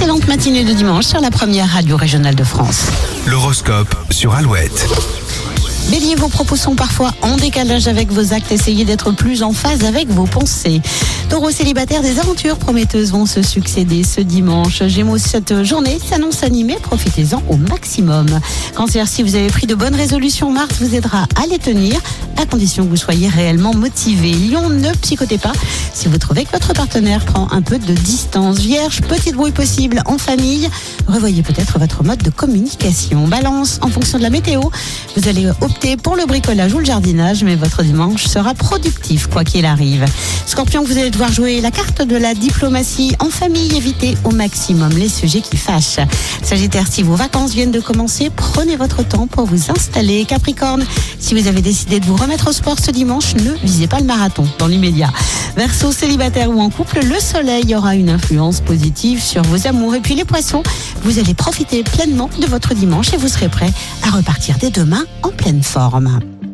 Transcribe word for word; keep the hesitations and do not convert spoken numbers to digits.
excellente matinée de dimanche sur la première radio régionale de France. L'horoscope sur Alouette. Bélier, vos propos sont parfois en décalage avec vos actes. Essayez d'être plus en phase avec vos pensées. Taureau, célibataire, des aventures prometteuses vont se succéder ce dimanche. Gémeaux, cette journée s'annonce animée. Profitez-en au maximum. Cancer, si vous avez pris de bonnes résolutions, Mars vous aidera à les tenir, à condition que vous soyez réellement motivé. Lion, ne psychotez pas si vous trouvez que votre partenaire prend un peu de distance. Vierge, petite brouille possible en famille. Revoyez peut-être votre mode de communication. Balance, en fonction de la météo, vous allez opter pour le bricolage ou le jardinage, mais votre dimanche sera productif quoi qu'il arrive. Scorpion, vous allez devoir jouer la carte de la diplomatie en famille. Évitez au maximum les sujets qui fâchent. Sagittaire, si vos vacances viennent de commencer, prenez votre temps pour vous installer. Capricorne, si vous avez décidé de vous remettre au sport ce dimanche, ne visez pas le marathon dans l'immédiat. Verseau, célibataire ou en couple, le soleil aura une influence positive sur vos amours. Et puis les poissons, vous allez profiter pleinement de votre dimanche et vous serez prêts à repartir dès demain en pleine forme.